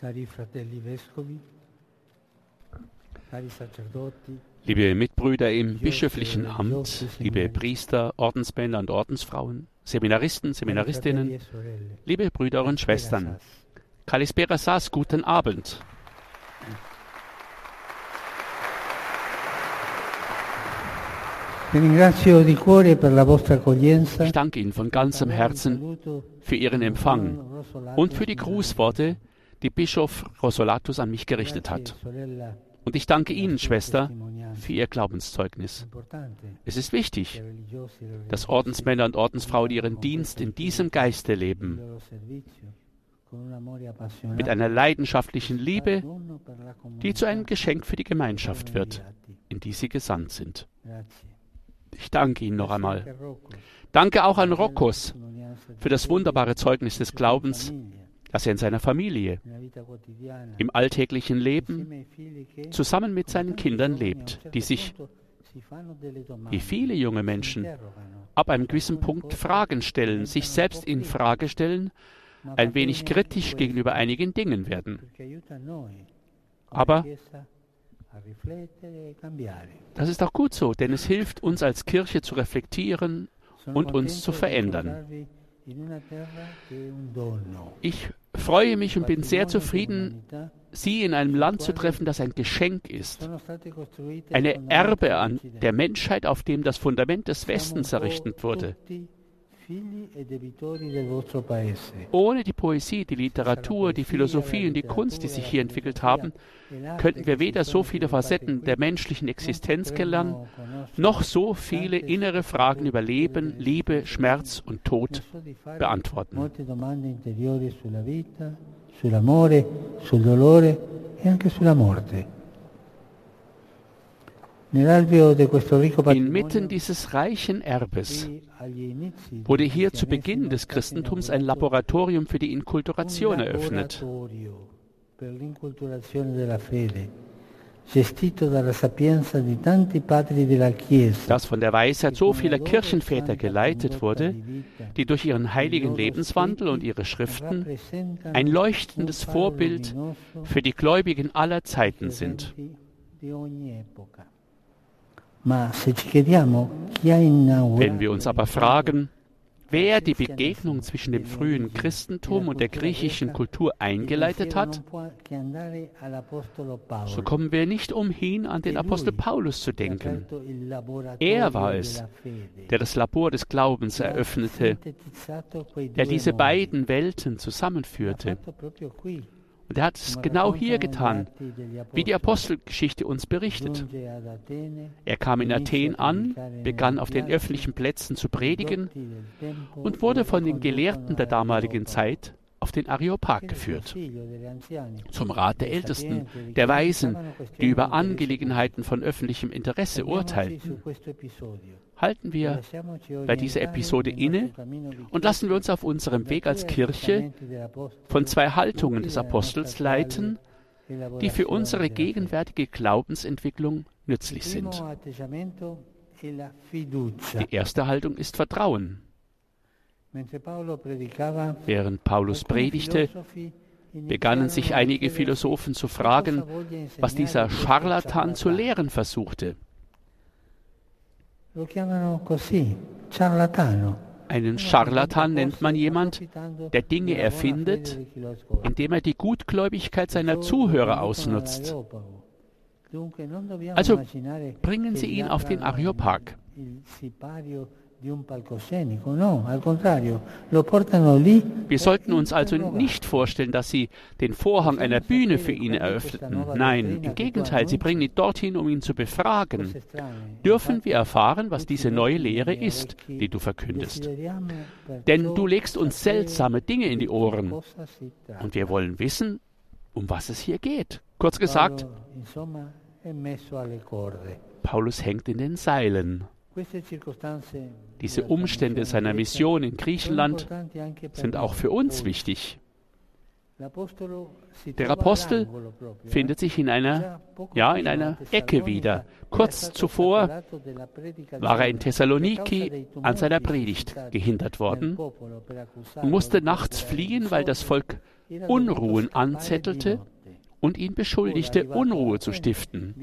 Cari fratelli vescovi, cari sacerdoti, Liebe Mitbrüder im bischöflichen Amt, liebe Priester, Ordensmänner und Ordensfrauen, Seminaristen, Seminaristinnen, liebe Brüder und Schwestern, Kalispera Sas, guten Abend. Ich danke Ihnen von ganzem Herzen für Ihren Empfang und für die Grußworte, die Bischof Rosolatus an mich gerichtet hat. Und ich danke Ihnen, Schwester, für Ihr Glaubenszeugnis. Es ist wichtig, dass Ordensmänner und Ordensfrauen ihren Dienst in diesem Geiste leben, mit einer leidenschaftlichen Liebe, die zu einem Geschenk für die Gemeinschaft wird, in die sie gesandt sind. Ich danke Ihnen noch einmal. Danke auch an Roccos für das wunderbare Zeugnis des Glaubens, dass er in seiner Familie, im alltäglichen Leben, zusammen mit seinen Kindern lebt, die sich, wie viele junge Menschen, ab einem gewissen Punkt Fragen stellen, sich selbst in Frage stellen, ein wenig kritisch gegenüber einigen Dingen werden. Aber das ist auch gut so, denn es hilft uns als Kirche zu reflektieren und uns zu verändern. Ich freue mich und bin sehr zufrieden, Sie in einem Land zu treffen, das ein Geschenk ist. Eine Erbe an der Menschheit, auf dem das Fundament des Westens errichtet wurde. Ohne die Poesie, die Literatur, die Philosophie und die Kunst, die sich hier entwickelt haben, könnten wir weder so viele Facetten der menschlichen Existenz lernen, noch so viele innere Fragen über Leben, Liebe, Schmerz und Tod beantworten. Inmitten dieses reichen Erbes wurde hier zu Beginn des Christentums ein Laboratorium für die Inkulturation eröffnet. Das von der Weisheit so vieler Kirchenväter geleitet wurde, die durch ihren heiligen Lebenswandel und ihre Schriften ein leuchtendes Vorbild für die Gläubigen aller Zeiten sind. Wenn wir uns aber fragen, wer die Begegnung zwischen dem frühen Christentum und der griechischen Kultur eingeleitet hat, so kommen wir nicht umhin, an den Apostel Paulus zu denken. Er war es, der das Labor des Glaubens eröffnete, der diese beiden Welten zusammenführte. Und er hat es genau hier getan, wie die Apostelgeschichte uns berichtet. Er kam in Athen an, begann auf den öffentlichen Plätzen zu predigen und wurde von den Gelehrten der damaligen Zeit auf den Areopag geführt, zum Rat der Ältesten, der Weisen, die über Angelegenheiten von öffentlichem Interesse urteilten. Halten wir bei dieser Episode inne und lassen wir uns auf unserem Weg als Kirche von zwei Haltungen des Apostels leiten, die für unsere gegenwärtige Glaubensentwicklung nützlich sind. Die erste Haltung ist Vertrauen. Während Paulus predigte, begannen sich einige Philosophen zu fragen, was dieser Scharlatan zu lehren versuchte. Einen Scharlatan nennt man jemand, der Dinge erfindet, indem er die Gutgläubigkeit seiner Zuhörer ausnutzt. Also bringen Sie ihn auf den Areopag. Wir sollten uns also nicht vorstellen, dass sie den Vorhang einer Bühne für ihn eröffneten. Nein, im Gegenteil, sie bringen ihn dorthin, um ihn zu befragen. Dürfen wir erfahren, was diese neue Lehre ist, die du verkündest? Denn du legst uns seltsame Dinge in die Ohren. Und wir wollen wissen, um was es hier geht. Kurz gesagt, Paulus hängt in den Seilen. Diese Umstände seiner Mission in Griechenland sind auch für uns wichtig. Der Apostel findet sich in einer Ecke wieder. Kurz zuvor war er in Thessaloniki an seiner Predigt gehindert worden und musste nachts fliehen, weil das Volk Unruhen anzettelte und ihn beschuldigte, Unruhe zu stiften.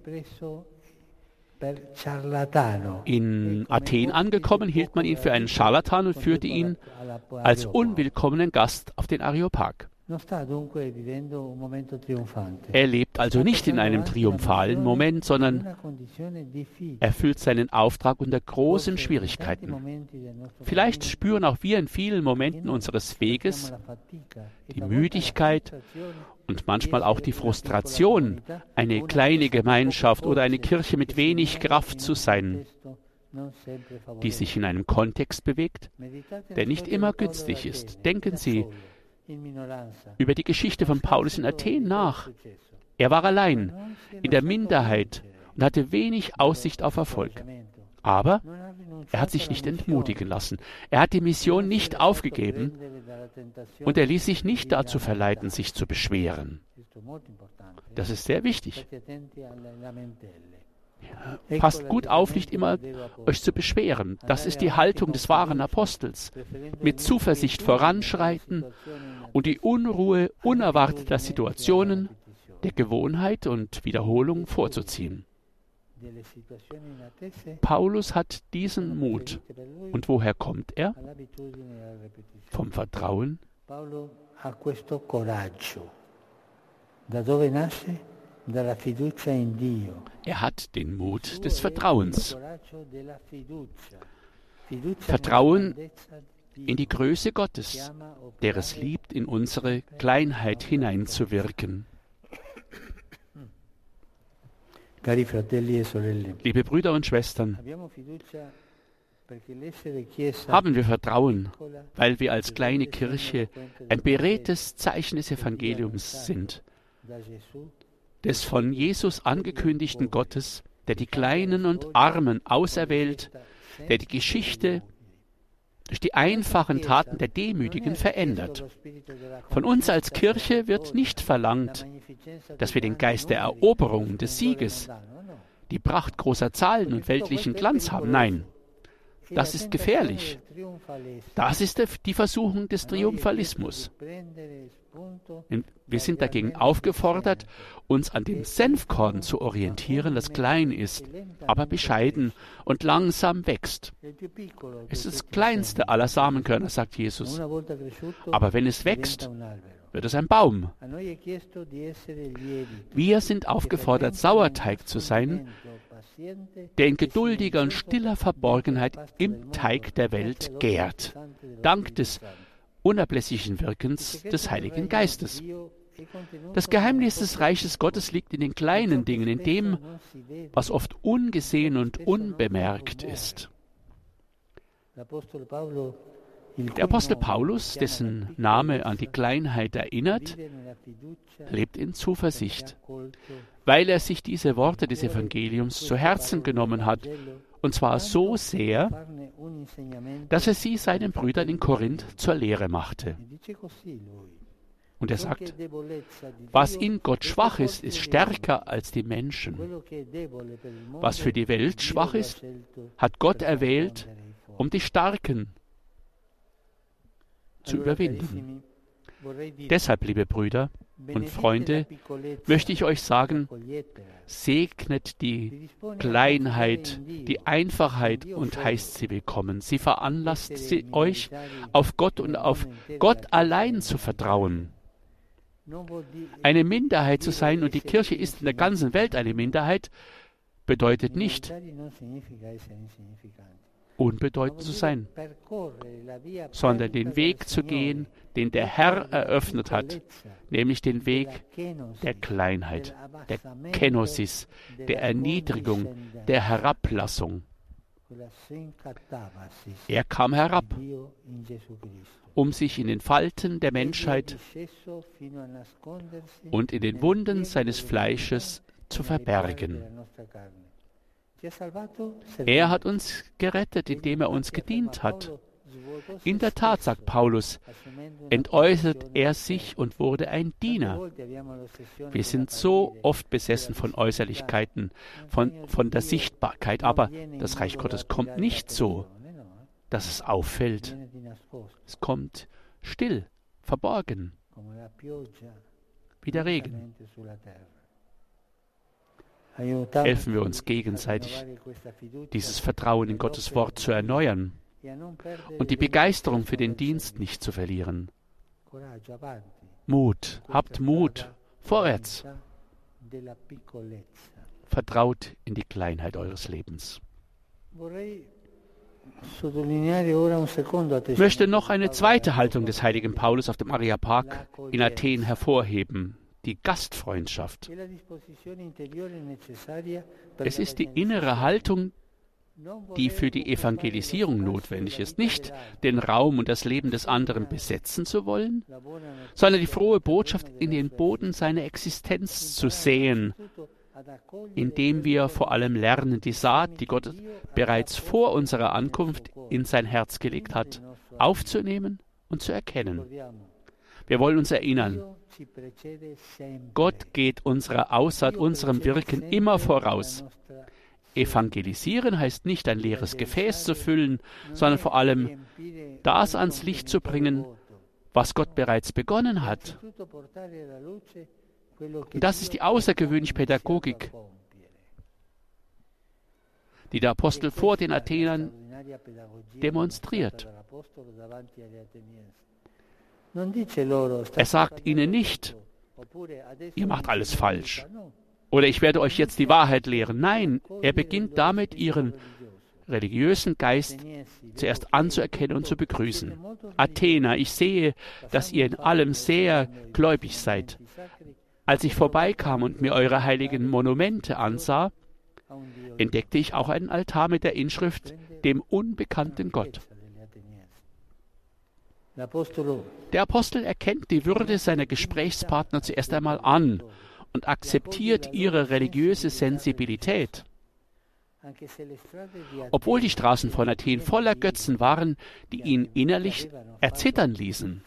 In Athen angekommen, hielt man ihn für einen Scharlatan und führte ihn als unwillkommenen Gast auf den Areopag. Er lebt also nicht in einem triumphalen Moment, sondern erfüllt seinen Auftrag unter großen Schwierigkeiten. Vielleicht spüren auch wir in vielen Momenten unseres Weges die Müdigkeit und manchmal auch die Frustration, eine kleine Gemeinschaft oder eine Kirche mit wenig Kraft zu sein, die sich in einem Kontext bewegt, der nicht immer günstig ist. Denken Sie über die Geschichte von Paulus in Athen nach. Er war allein, in der Minderheit und hatte wenig Aussicht auf Erfolg. Aber er hat sich nicht entmutigen lassen. Er hat die Mission nicht aufgegeben und er ließ sich nicht dazu verleiten, sich zu beschweren. Das ist sehr wichtig. Passt gut auf, nicht immer euch zu beschweren. Das ist die Haltung des wahren Apostels. Mit Zuversicht voranschreiten und die Unruhe unerwarteter Situationen, der Gewohnheit und Wiederholung vorzuziehen. Paulus hat diesen Mut. Und woher kommt er? Vom Vertrauen. Er hat den Mut des Vertrauens. Vertrauen in die Größe Gottes, der es liebt, in unsere Kleinheit hineinzuwirken. Liebe Brüder und Schwestern, haben wir Vertrauen, weil wir als kleine Kirche ein beredtes Zeichen des Evangeliums sind, des von Jesus angekündigten Gottes, der die Kleinen und Armen auserwählt, der die Geschichte durch die einfachen Taten der Demütigen verändert. Von uns als Kirche wird nicht verlangt, dass wir den Geist der Eroberung, des Sieges, die Pracht großer Zahlen und weltlichen Glanz haben. Nein, das ist gefährlich. Das ist die Versuchung des Triumphalismus. Wir sind dagegen aufgefordert, uns an dem Senfkorn zu orientieren, das klein ist, aber bescheiden und langsam wächst. Es ist das kleinste aller Samenkörner, sagt Jesus. Aber wenn es wächst, wird es ein Baum. Wir sind aufgefordert, Sauerteig zu sein, der in geduldiger und stiller Verborgenheit im Teig der Welt gärt, dank des unablässigen Wirkens des Heiligen Geistes. Das Geheimnis des Reiches Gottes liegt in den kleinen Dingen, in dem, was oft ungesehen und unbemerkt ist. Der Apostel Paulus, dessen Name an die Kleinheit erinnert, lebt in Zuversicht, weil er sich diese Worte des Evangeliums zu Herzen genommen hat, und zwar so sehr, dass er sie seinen Brüdern in Korinth zur Lehre machte. Und er sagt, was in Gott schwach ist, ist stärker als die Menschen. Was für die Welt schwach ist, hat Gott erwählt, um die Starken zu überwinden. Deshalb, liebe Brüder und Freunde, möchte ich euch sagen, segnet die Kleinheit, die Einfachheit und heißt sie willkommen. Sie veranlasst euch, auf Gott und auf Gott allein zu vertrauen. Eine Minderheit zu sein, und die Kirche ist in der ganzen Welt eine Minderheit, bedeutet nicht, unbedeutend zu sein, sondern den Weg zu gehen, den der Herr eröffnet hat, nämlich den Weg der Kleinheit, der Kenosis, der Erniedrigung, der Herablassung. Er kam herab, um sich in den Falten der Menschheit und in den Wunden seines Fleisches zu verbergen. Er hat uns gerettet, indem er uns gedient hat. In der Tat, sagt Paulus, entäußert er sich und wurde ein Diener. Wir sind so oft besessen von Äußerlichkeiten, von der Sichtbarkeit, aber das Reich Gottes kommt nicht so, dass es auffällt. Es kommt still, verborgen. wie der Regen. Helfen wir uns gegenseitig, dieses Vertrauen in Gottes Wort zu erneuern und die Begeisterung für den Dienst nicht zu verlieren. Mut, habt Mut, vorwärts. Vertraut in die Kleinheit eures Lebens. Ich möchte noch eine zweite Haltung des heiligen Paulus auf dem Areopag in Athen hervorheben, die Gastfreundschaft. Es ist die innere Haltung, die für die Evangelisierung notwendig ist, nicht den Raum und das Leben des anderen besetzen zu wollen, sondern die frohe Botschaft in den Boden seiner Existenz zu säen, indem wir vor allem lernen, die Saat, die Gott bereits vor unserer Ankunft in sein Herz gelegt hat, aufzunehmen und zu erkennen. Wir wollen uns erinnern, Gott geht unserer Aussaat, unserem Wirken immer voraus. Evangelisieren heißt nicht, ein leeres Gefäß zu füllen, sondern vor allem das ans Licht zu bringen, was Gott bereits begonnen hat. Und das ist die außergewöhnliche Pädagogik, die der Apostel vor den Athenern demonstriert. Er sagt ihnen nicht, ihr macht alles falsch oder ich werde euch jetzt die Wahrheit lehren. Nein, er beginnt damit, ihren religiösen Geist zuerst anzuerkennen und zu begrüßen. Athener, ich sehe, dass ihr in allem sehr gläubig seid. Als ich vorbeikam und mir eure heiligen Monumente ansah, entdeckte ich auch einen Altar mit der Inschrift dem unbekannten Gott. Der Apostel erkennt die Würde seiner Gesprächspartner zuerst einmal an und akzeptiert ihre religiöse Sensibilität. Obwohl die Straßen von Athen voller Götzen waren, die ihn innerlich erzittern ließen,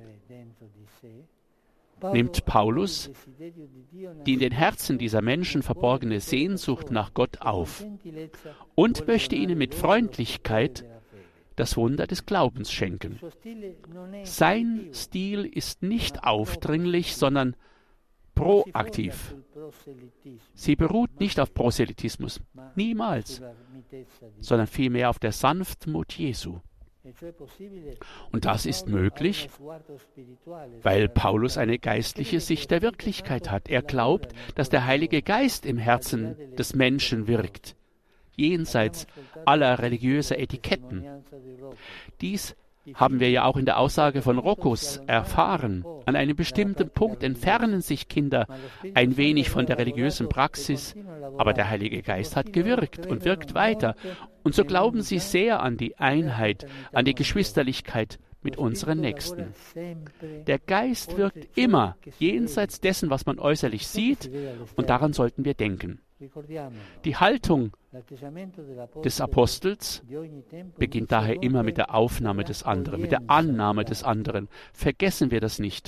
nimmt Paulus die in den Herzen dieser Menschen verborgene Sehnsucht nach Gott auf und möchte ihnen mit Freundlichkeit das Wunder des Glaubens schenken. Sein Stil ist nicht aufdringlich, sondern proaktiv. Sie beruht nicht auf Proselytismus, niemals, sondern vielmehr auf der Sanftmut Jesu. Und das ist möglich, weil Paulus eine geistliche Sicht der Wirklichkeit hat. Er glaubt, dass der Heilige Geist im Herzen des Menschen wirkt, jenseits aller religiöser Etiketten. Dies haben wir ja auch in der Aussage von Roccus erfahren. An einem bestimmten Punkt entfernen sich Kinder ein wenig von der religiösen Praxis, aber der Heilige Geist hat gewirkt und wirkt weiter. Und so glauben sie sehr an die Einheit, an die Geschwisterlichkeit mit unseren Nächsten. Der Geist wirkt immer jenseits dessen, was man äußerlich sieht, und daran sollten wir denken. Die Haltung des Apostels beginnt daher immer mit der Aufnahme des anderen, mit der Annahme des anderen. Vergessen wir das nicht,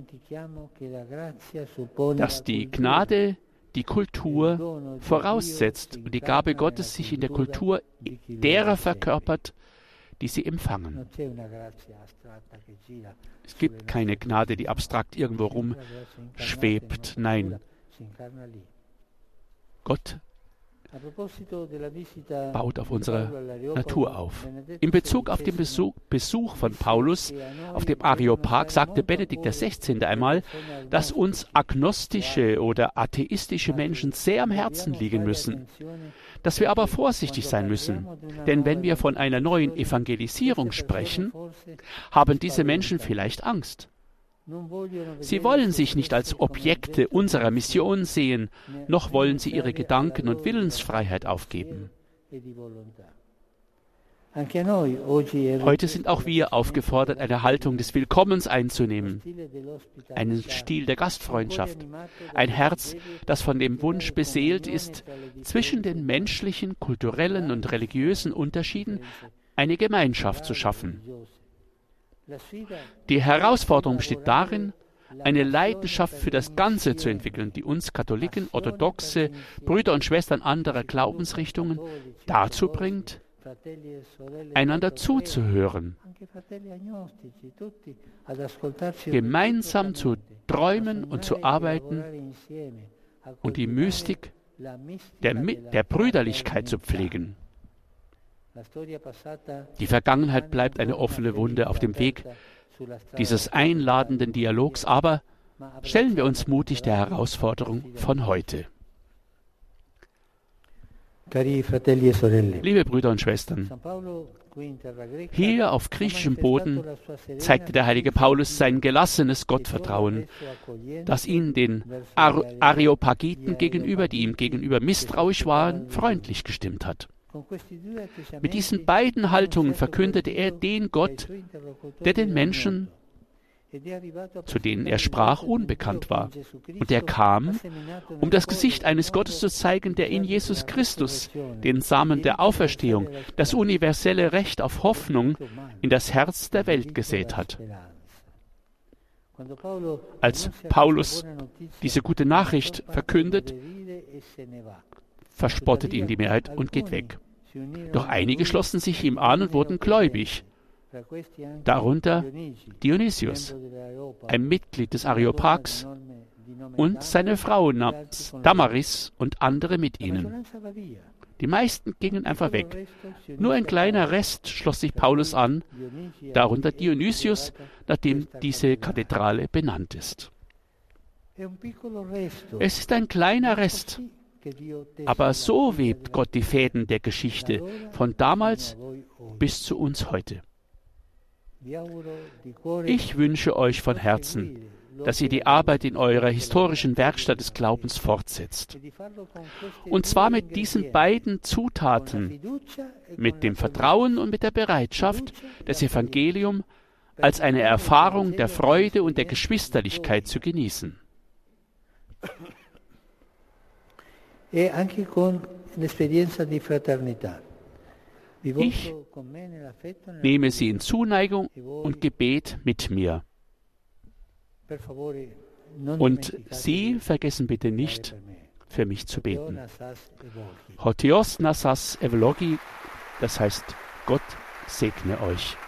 dass die Gnade die Kultur voraussetzt und die Gabe Gottes sich in der Kultur derer verkörpert, die sie empfangen. Es gibt keine Gnade, die abstrakt irgendwo rumschwebt. Nein, Gott baut auf unsere Natur auf. In Bezug auf den Besuch von Paulus auf dem Areopag sagte Benedikt XVI. Einmal, dass uns agnostische oder atheistische Menschen sehr am Herzen liegen müssen, dass wir aber vorsichtig sein müssen, denn wenn wir von einer neuen Evangelisierung sprechen, haben diese Menschen vielleicht Angst. Sie wollen sich nicht als Objekte unserer Mission sehen, noch wollen sie ihre Gedanken- und Willensfreiheit aufgeben. Heute sind auch wir aufgefordert, eine Haltung des Willkommens einzunehmen, einen Stil der Gastfreundschaft, ein Herz, das von dem Wunsch beseelt ist, zwischen den menschlichen, kulturellen und religiösen Unterschieden eine Gemeinschaft zu schaffen. Die Herausforderung besteht darin, eine Leidenschaft für das Ganze zu entwickeln, die uns Katholiken, Orthodoxe, Brüder und Schwestern anderer Glaubensrichtungen dazu bringt, einander zuzuhören, gemeinsam zu träumen und zu arbeiten und die Mystik der Brüderlichkeit zu pflegen. Die Vergangenheit bleibt eine offene Wunde auf dem Weg dieses einladenden Dialogs, aber stellen wir uns mutig der Herausforderung von heute. Liebe Brüder und Schwestern, hier auf griechischem Boden zeigte der heilige Paulus sein gelassenes Gottvertrauen, das ihn den Areopagiten gegenüber, die ihm gegenüber misstrauisch waren, freundlich gestimmt hat. Mit diesen beiden Haltungen verkündete er den Gott, der den Menschen, zu denen er sprach, unbekannt war. Und er kam, um das Gesicht eines Gottes zu zeigen, der in Jesus Christus den Samen der Auferstehung, das universelle Recht auf Hoffnung in das Herz der Welt gesät hat. Als Paulus diese gute Nachricht verkündet, verspottet ihn die Mehrheit und geht weg. Doch einige schlossen sich ihm an und wurden gläubig. Darunter Dionysius, ein Mitglied des Areopags, und seine Frau namens Damaris und andere mit ihnen. Die meisten gingen einfach weg. Nur ein kleiner Rest schloss sich Paulus an, darunter Dionysius, nachdem diese Kathedrale benannt ist. Es ist ein kleiner Rest, aber so webt Gott die Fäden der Geschichte von damals bis zu uns heute. Ich wünsche euch von Herzen, dass ihr die Arbeit in eurer historischen Werkstatt des Glaubens fortsetzt. Und zwar mit diesen beiden Zutaten, mit dem Vertrauen und mit der Bereitschaft, das Evangelium als eine Erfahrung der Freude und der Geschwisterlichkeit zu genießen. Ich nehme sie in Zuneigung und Gebet mit mir. Und Sie vergessen bitte nicht, für mich zu beten. Hotheos Nassas Evlogi, das heißt, Gott segne euch.